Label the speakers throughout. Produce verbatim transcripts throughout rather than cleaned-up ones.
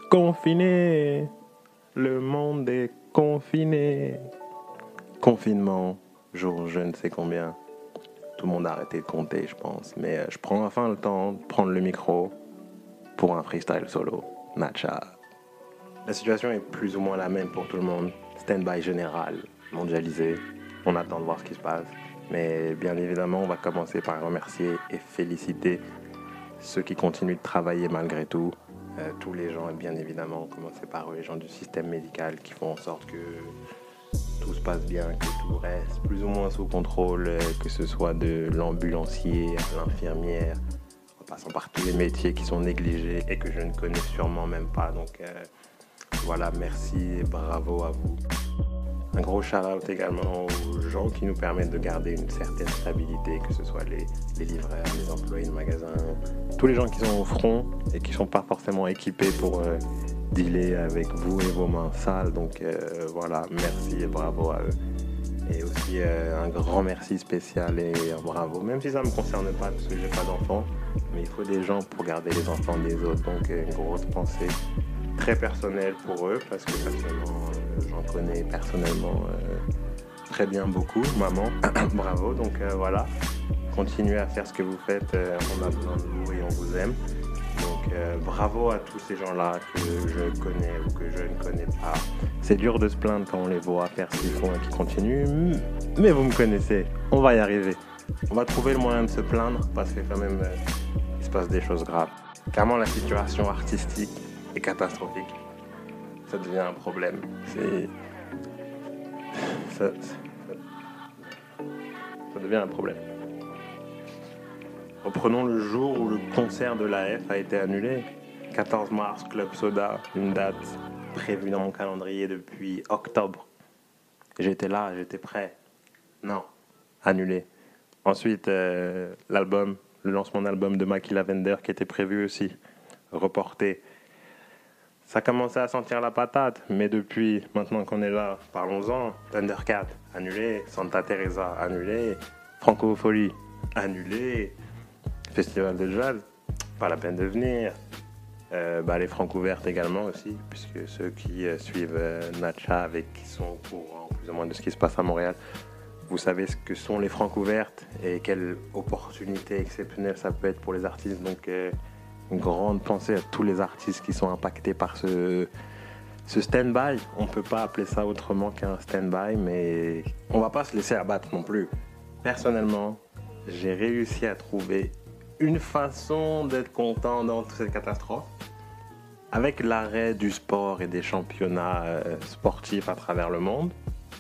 Speaker 1: confiné. Le monde est confiné. Confinement, jour je ne sais combien. Tout le monde a arrêté de compter, je pense. Mais euh, je prends enfin le temps de prendre le micro pour un freestyle solo. Matcha. La situation est plus ou moins la même pour tout le monde. Stand-by général, mondialisé. On attend de voir ce qui se passe. Mais bien évidemment, on va commencer par remercier et féliciter ceux qui continuent de travailler malgré tout. Euh, tous les gens, et bien évidemment, on commence par eux, les gens du système médical qui font en sorte que tout se passe bien, que tout reste plus ou moins sous contrôle, euh, que ce soit de l'ambulancier à l'infirmière, en passant par tous les métiers qui sont négligés et que je ne connais sûrement même pas. Donc euh, voilà, merci et bravo à vous. Un gros shout-out également aux gens qui nous permettent de garder une certaine stabilité, que ce soit les, les livreurs, les employés de magasins, tous les gens qui sont au front et qui ne sont pas forcément équipés pour euh, dealer avec vous et vos mains sales. Donc euh, voilà, merci et bravo à eux. Et aussi euh, un grand merci spécial et un bravo, même si ça ne me concerne pas parce que je n'ai pas d'enfants, mais il faut des gens pour garder les enfants des autres. Donc euh, une grosse pensée très personnelle pour eux, parce que personnellement, euh, j'en connais personnellement euh, très bien beaucoup. Maman, bravo. Donc euh, voilà, continuez à faire ce que vous faites, euh, on a besoin de vous et on vous aime. Donc euh, bravo à tous ces gens-là que je connais ou que je ne connais pas. C'est dur de se plaindre quand on les voit faire ce qu'ils font et qu'ils continuent, mais vous me connaissez, on va y arriver. On va trouver le moyen de se plaindre parce que quand même, euh, il se passe des choses graves. Clairement, la situation artistique est catastrophique. Ça devient un problème. C'est... Ça, ça... ça devient un problème. Reprenons le jour où le concert de l'A F a été annulé. quatorze mars, Club Soda, une date prévue dans mon calendrier depuis octobre. J'étais là, j'étais prêt. Non, annulé. Ensuite, euh, l'album, le lancement d'album de Maki Lavender qui était prévu aussi, reporté. Ça commençait à sentir la patate, mais depuis, maintenant qu'on est là, parlons-en. Thundercat, annulé. Santa Teresa, annulé. Franco Folie, annulé. Festival de jazz, pas la peine de venir. Euh, bah, les Francouvertes également aussi, puisque ceux qui euh, suivent euh, Natcha, avec qui sont au courant plus ou moins de ce qui se passe à Montréal, vous savez ce que sont les Francouvertes et quelle opportunité exceptionnelle ça peut être pour les artistes. Donc euh, une grande pensée à tous les artistes qui sont impactés par ce, ce stand-by. On ne peut pas appeler ça autrement qu'un stand-by, mais on ne va pas se laisser abattre non plus. Personnellement, j'ai réussi à trouver une façon d'être content dans toute cette catastrophe. Avec l'arrêt du sport et des championnats euh, sportifs à travers le monde,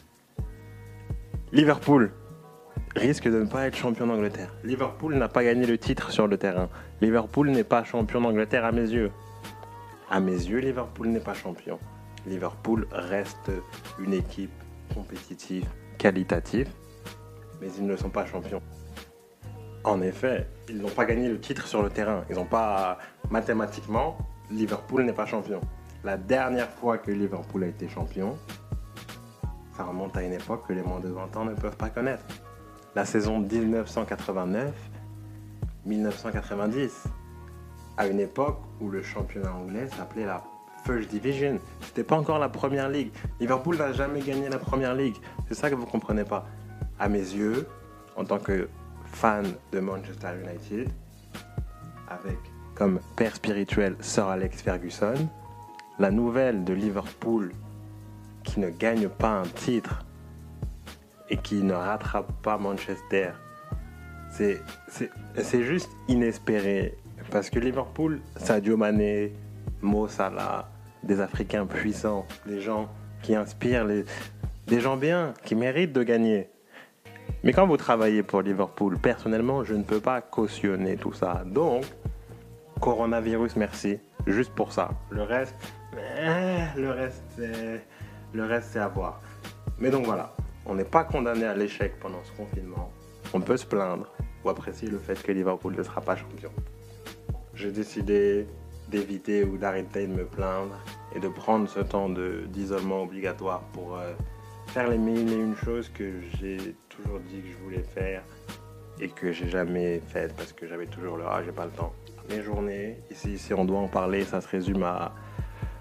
Speaker 1: Liverpool risque de ne pas être champion d'Angleterre. Liverpool n'a pas gagné le titre sur le terrain. Liverpool n'est pas champion d'Angleterre à mes yeux. À mes yeux, Liverpool n'est pas champion. Liverpool reste une équipe compétitive, qualitative, mais ils ne sont pas champions. En effet, ils n'ont pas gagné le titre sur le terrain. Ils n'ont pas... Mathématiquement, Liverpool n'est pas champion. La dernière fois que Liverpool a été champion, ça remonte à une époque que les moins de vingt ans ne peuvent pas connaître. La saison dix-neuf cent quatre-vingt-neuf dix-neuf cent quatre-vingt-dix, à une époque où le championnat anglais s'appelait la First Division. C'était pas encore la Première Ligue. Liverpool n'a jamais gagné la Première Ligue. C'est ça que vous comprenez pas. À mes yeux, en tant que fan de Manchester United, avec comme père spirituel Sir Alex Ferguson, la nouvelle de Liverpool qui ne gagne pas un titre et qui ne rattrape pas Manchester, c'est, c'est, c'est juste inespéré. Parce que Liverpool, Sadio Mané, Mo Salah, des Africains puissants, des gens qui inspirent, les, des gens bien, qui méritent de gagner. Mais quand vous travaillez pour Liverpool, personnellement, je ne peux pas cautionner tout ça. Donc, coronavirus, merci. Juste pour ça. Le reste, eh, le reste, c'est, le reste, c'est à voir. Mais donc voilà, on n'est pas condamné à l'échec pendant ce confinement. On peut se plaindre ou apprécier le fait que Liverpool ne sera pas champion. J'ai décidé d'éviter ou d'arrêter de me plaindre et de prendre ce temps de, d'isolement obligatoire pour euh, faire les mille et une choses que j'ai toujours dit que je voulais faire et que j'ai jamais faites parce que j'avais toujours le « ah, j'ai pas le temps ». Mes journées, ici, si on doit en parler, ça se résume à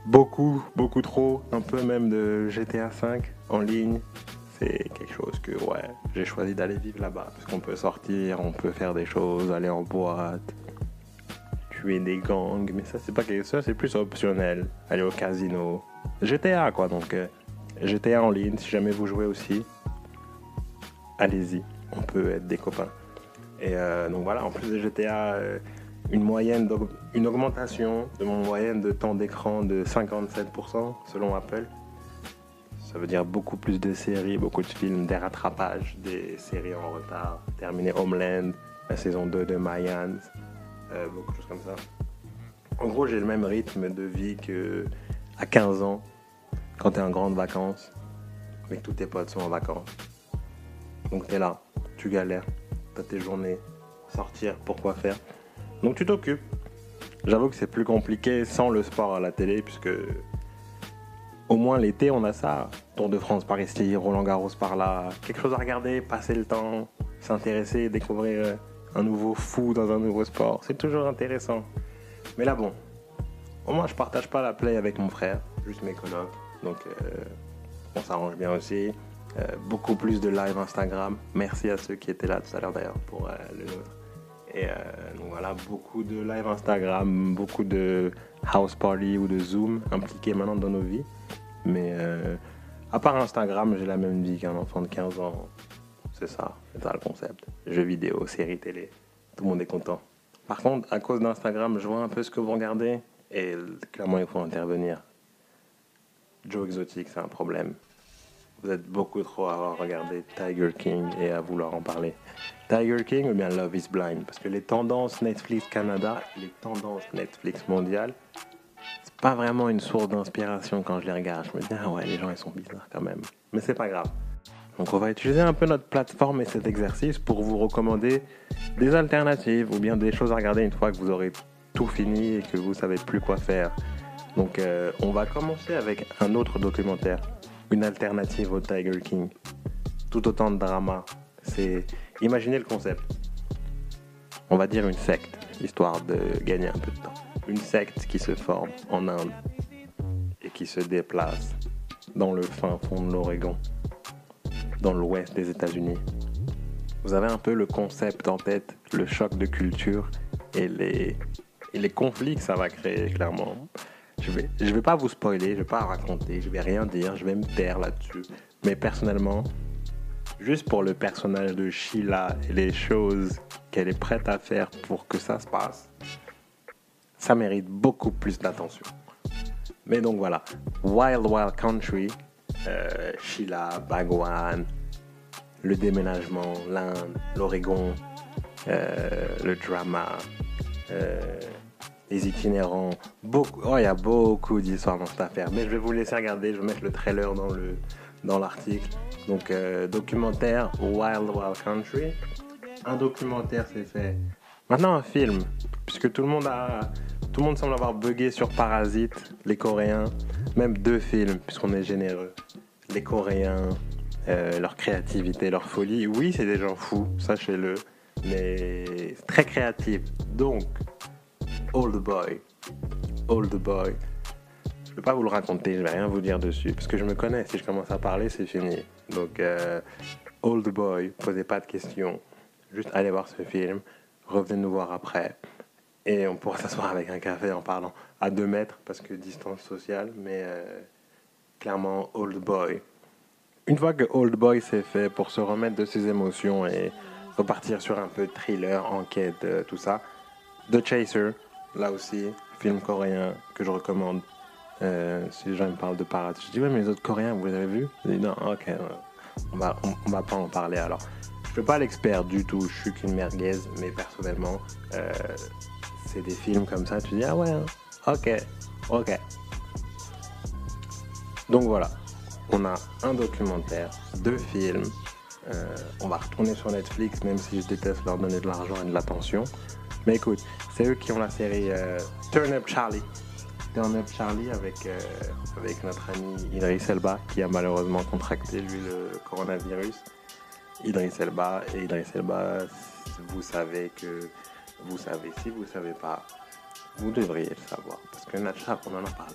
Speaker 1: beaucoup, beaucoup trop, un peu même de G T A cinq en ligne. C'est quelque chose que, ouais, j'ai choisi d'aller vivre là-bas. Parce qu'on peut sortir, on peut faire des choses, aller en boîte, tuer des gangs. Mais ça, c'est pas quelque chose, c'est plus optionnel. Aller au casino. G T A, quoi. Donc, euh, G T A en ligne, si jamais vous jouez aussi, allez-y. On peut être des copains. Et euh, donc voilà, en plus de G T A, euh, une moyenne, une augmentation de mon moyenne de temps d'écran de cinquante-sept pour cent selon Apple. Ça veut dire beaucoup plus de séries, beaucoup de films, des rattrapages, des séries en retard. Terminé Homeland, la saison deux de Mayans, euh, beaucoup de choses comme ça. En gros, j'ai le même rythme de vie qu'à quinze ans, quand t'es en grande vacances, mais que tous tes potes sont en vacances. Donc t'es là, tu galères, t'as tes journées, sortir, pourquoi faire. Donc tu t'occupes. J'avoue que c'est plus compliqué sans le sport à la télé, puisque au moins l'été on a ça. Tour de France par ici, Roland Garros par là. Quelque chose à regarder, passer le temps, s'intéresser, découvrir un nouveau fou dans un nouveau sport. C'est toujours intéressant. Mais là bon, au moins je partage pas la play avec mon frère, juste mes colocs. Donc euh, on s'arrange bien aussi. Euh, beaucoup plus de live Instagram. Merci à ceux qui étaient là tout à l'heure d'ailleurs pour euh, le nôtre. Et euh, donc voilà, beaucoup de live Instagram, beaucoup de house party ou de Zoom impliqués maintenant dans nos vies. Mais euh, à part Instagram, j'ai la même vie qu'un enfant de quinze ans. C'est ça, c'est ça le concept. Jeux vidéo, séries télé, tout le monde est content. Par contre, à cause d'Instagram, je vois un peu ce que vous regardez et clairement il faut intervenir. Joe Exotic, c'est un problème. Vous êtes beaucoup trop à regarder Tiger King et à vouloir en parler. Tiger King ou bien Love is Blind? Parce que les tendances Netflix Canada et les tendances Netflix mondiales, c'est pas vraiment une source d'inspiration quand je les regarde. Je me dis, ah ouais, les gens ils sont bizarres quand même. Mais c'est pas grave. Donc on va utiliser un peu notre plateforme et cet exercice pour vous recommander des alternatives ou bien des choses à regarder une fois que vous aurez tout fini et que vous savez plus quoi faire. Donc euh, on va commencer avec un autre documentaire. Une alternative au Tiger King. Tout autant de drama. C'est... Imaginez le concept. On va dire une secte, histoire de gagner un peu de temps. Une secte qui se forme en Inde et qui se déplace dans le fin fond de l'Oregon, dans l'ouest des États-Unis. Vous avez un peu le concept en tête, le choc de culture et les, et les conflits que ça va créer, clairement. Je vais, je vais pas vous spoiler, je vais pas raconter, je vais rien dire, je vais me taire là-dessus. Mais personnellement, juste pour le personnage de Sheila et les choses qu'elle est prête à faire pour que ça se passe, ça mérite beaucoup plus d'attention. Mais donc voilà, Wild Wild Country, euh, Sheila, Bhagwan, le déménagement, l'Inde, l'Oregon, euh, le drama, euh, les itinérants, beaucoup, oh, il y a beaucoup d'histoires dans cette affaire, mais je vais vous laisser regarder, je vais mettre le trailer dans, le, dans l'article. Donc, euh, documentaire Wild Wild Country. Un documentaire, c'est fait. Maintenant, un film, puisque tout le monde a, tout le monde semble avoir bugué sur Parasite, les Coréens, même deux films, puisqu'on est généreux. Les Coréens, euh, leur créativité, leur folie, oui, c'est des gens fous, sachez-le, mais très créatifs. Donc, Old Boy, Old Boy. Je ne vais pas vous le raconter, je ne vais rien vous dire dessus, parce que je me connais, si je commence à parler, c'est fini. Donc, euh, Old Boy, posez pas de questions, juste allez voir ce film, revenez nous voir après, et on pourra s'asseoir avec un café en parlant à deux mètres, parce que distance sociale, mais euh, clairement, Old Boy. Une fois que Old Boy c'est fait, pour se remettre de ses émotions et repartir sur un peu de thriller, enquête, euh, tout ça, The Chaser, là aussi, film coréen que je recommande. Euh, si les gens me parlent de Parasite, je dis ouais mais les autres coréens vous les avez vus? Je dis non, ok, on va, on, on va pas en parler alors. Je suis pas l'expert du tout, je suis qu'une merguez, mais personnellement, euh, c'est des films comme ça, tu dis ah ouais, hein, ok, ok. Donc voilà, on a un documentaire, deux films, euh, on va retourner sur Netflix même si je déteste leur donner de l'argent et de l'attention. Mais écoute, c'est eux qui ont la série euh, Turn Up Charlie. Turn Up Charlie avec, euh, avec notre ami Idris Elba qui a malheureusement contracté lui le coronavirus. Idris Elba et Idris Elba, vous savez que vous savez, si vous ne savez pas, vous devriez le savoir parce que Natcha, on en a parlé.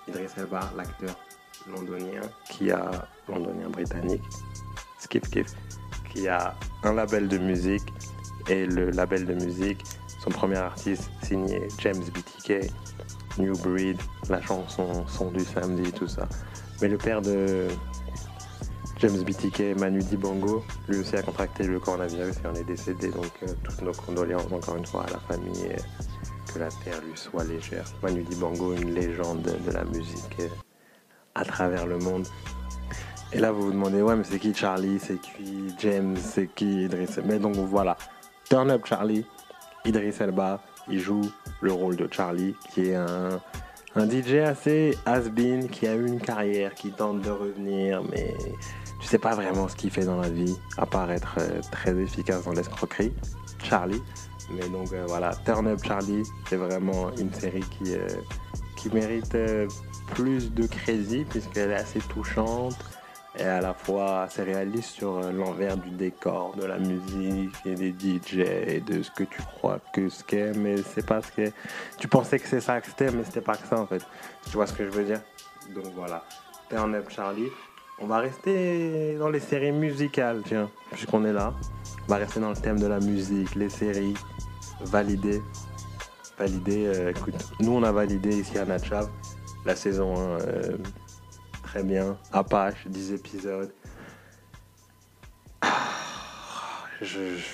Speaker 1: Idris Elba, l'acteur londonien qui a londonien britannique, Skip Kif, qui a un label de musique et le label de musique, son premier artiste signé James B T K, New Breed, la chanson Son du samedi, tout ça. Mais le père de James B T K, Manu Dibango, lui aussi a contracté le coronavirus et en est décédé. Donc euh, toutes nos condoléances encore une fois à la famille et que la terre lui soit légère. Manu Dibango, une légende de la musique euh, à travers le monde. Et là vous vous demandez, ouais mais c'est qui Charlie, c'est qui James, c'est qui Idris Elba. Mais donc voilà, Turn Up Charlie, Idris Elba, il joue le rôle de Charlie qui est un... Un D J assez has-been qui a eu une carrière, qui tente de revenir, mais tu sais pas vraiment ce qu'il fait dans la vie, à part être euh, très efficace dans l'escroquerie. Charlie. Mais donc euh, voilà, Turn Up Charlie, c'est vraiment une série qui, euh, qui mérite euh, plus de crédit puisqu'elle est assez touchante et à la fois assez réaliste sur euh, l'envers du décor, de la musique et des D J et de ce que tu crois que ce qu'est, mais c'est pas ce qu'est. Tu pensais que c'est ça que c'était, mais c'était pas que ça en fait. Tu vois ce que je veux dire? Donc voilà, Turn Up Charlie. On va rester dans les séries musicales, tiens, puisqu'on est là. On va rester dans le thème de la musique, les séries, validées. Validées, euh, écoute, nous on a validé ici à Natchav la saison un. Euh, Très bien, Apache, dix épisodes. Je... je...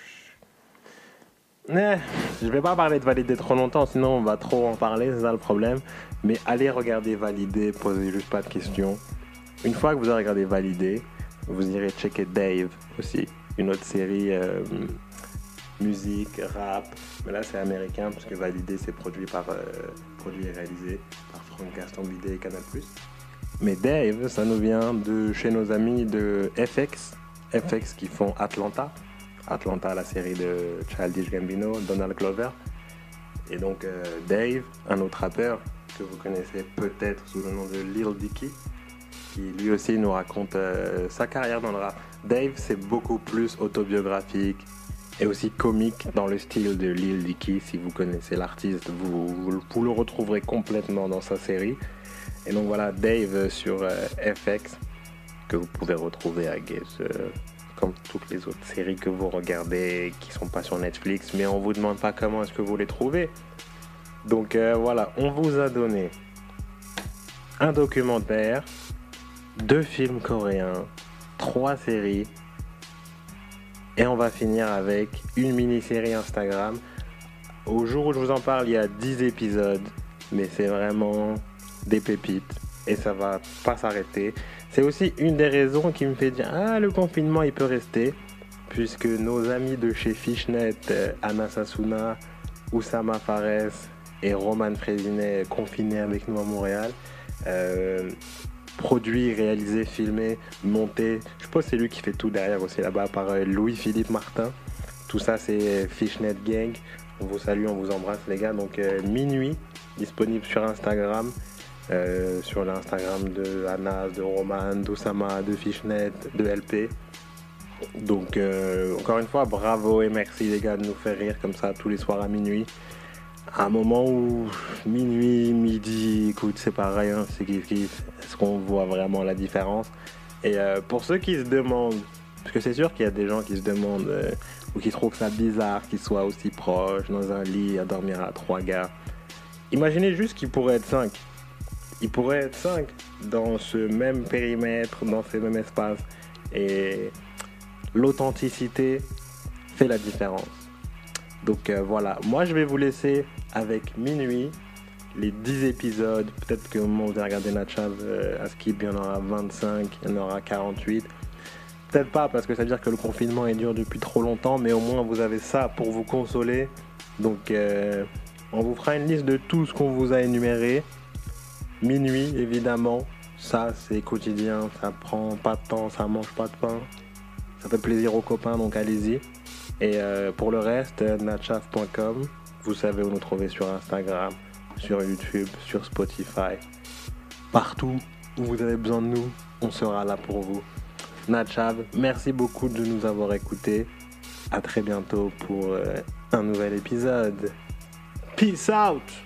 Speaker 1: Eh, je vais pas parler de Validé trop longtemps, sinon on va trop en parler, c'est ça le problème. Mais allez regarder Validé, posez juste pas de questions. Une fois que vous aurez regardé Validé, vous irez checker Dave aussi, une autre série euh, musique, rap. Mais là c'est américain parce que Validé c'est produit par euh, produit et réalisé par Franck Gaston Bidet et Canal plus. Mais Dave, ça nous vient de chez nos amis de F X, F X qui font Atlanta. Atlanta, la série de Childish Gambino, Donald Glover. Et donc euh, Dave, un autre rappeur que vous connaissez peut-être sous le nom de Lil Dicky, qui lui aussi nous raconte euh, sa carrière dans le rap. Dave, c'est beaucoup plus autobiographique et aussi comique dans le style de Lil Dicky. Si vous connaissez l'artiste, vous, vous, vous le retrouverez complètement dans sa série. Et donc voilà, Dave sur euh, F X, que vous pouvez retrouver à Guess, euh, comme toutes les autres séries que vous regardez, qui sont pas sur Netflix, mais on vous demande pas comment est-ce que vous les trouvez. Donc euh, voilà, on vous a donné un documentaire, deux films coréens, trois séries, et on va finir avec une mini-série Instagram. Au jour où je vous en parle, il y a dix épisodes, mais c'est vraiment... des pépites et ça va pas s'arrêter. C'est aussi une des raisons qui me fait dire ah le confinement il peut rester puisque nos amis de chez Fishnet, euh, Anna Sassouna, Oussama Fares et Roman Frézinet confinés avec nous à Montréal, euh, produit, réalisé, filmé, monté. Je pense que c'est lui qui fait tout derrière aussi là-bas par euh, Louis-Philippe Martin. Tout ça c'est Fishnet Gang. On vous salue, on vous embrasse les gars. Donc euh, minuit disponible sur Instagram. Euh, sur l'Instagram de Anas, de Roman, d'Oussama, de Fishnet, de L P. Donc euh, encore une fois, bravo et merci les gars de nous faire rire comme ça tous les soirs à minuit. À un moment où minuit, midi, écoute, c'est pareil, hein, c'est kiff kiff. Est-ce qu'on voit vraiment la différence? Et euh, pour ceux qui se demandent, parce que c'est sûr qu'il y a des gens qui se demandent euh, ou qui trouvent ça bizarre qu'ils soient aussi proches dans un lit à dormir à trois gars. Imaginez juste qu'ils pourraient être cinq. Ils pourraient être cinq dans ce même périmètre, dans ces mêmes espaces. Et l'authenticité fait la différence. Donc euh, voilà, moi je vais vous laisser avec minuit, les dix épisodes. Peut-être que au moment où vous allez regarder Natchav, euh, à Skip, il y en aura vingt-cinq, il y en aura quarante-huit. Peut-être pas, parce que ça veut dire que le confinement est dur depuis trop longtemps, mais au moins vous avez ça pour vous consoler. Donc euh, on vous fera une liste de tout ce qu'on vous a énuméré. Minuit, évidemment, ça c'est quotidien, ça prend pas de temps, ça mange pas de pain, ça fait plaisir aux copains, donc allez-y. Et euh, pour le reste, natchav point com, vous savez où nous trouver sur Instagram, sur YouTube, sur Spotify, partout où vous avez besoin de nous, on sera là pour vous. Natchav, merci beaucoup de nous avoir écoutés, à très bientôt pour euh, un nouvel épisode. Peace out!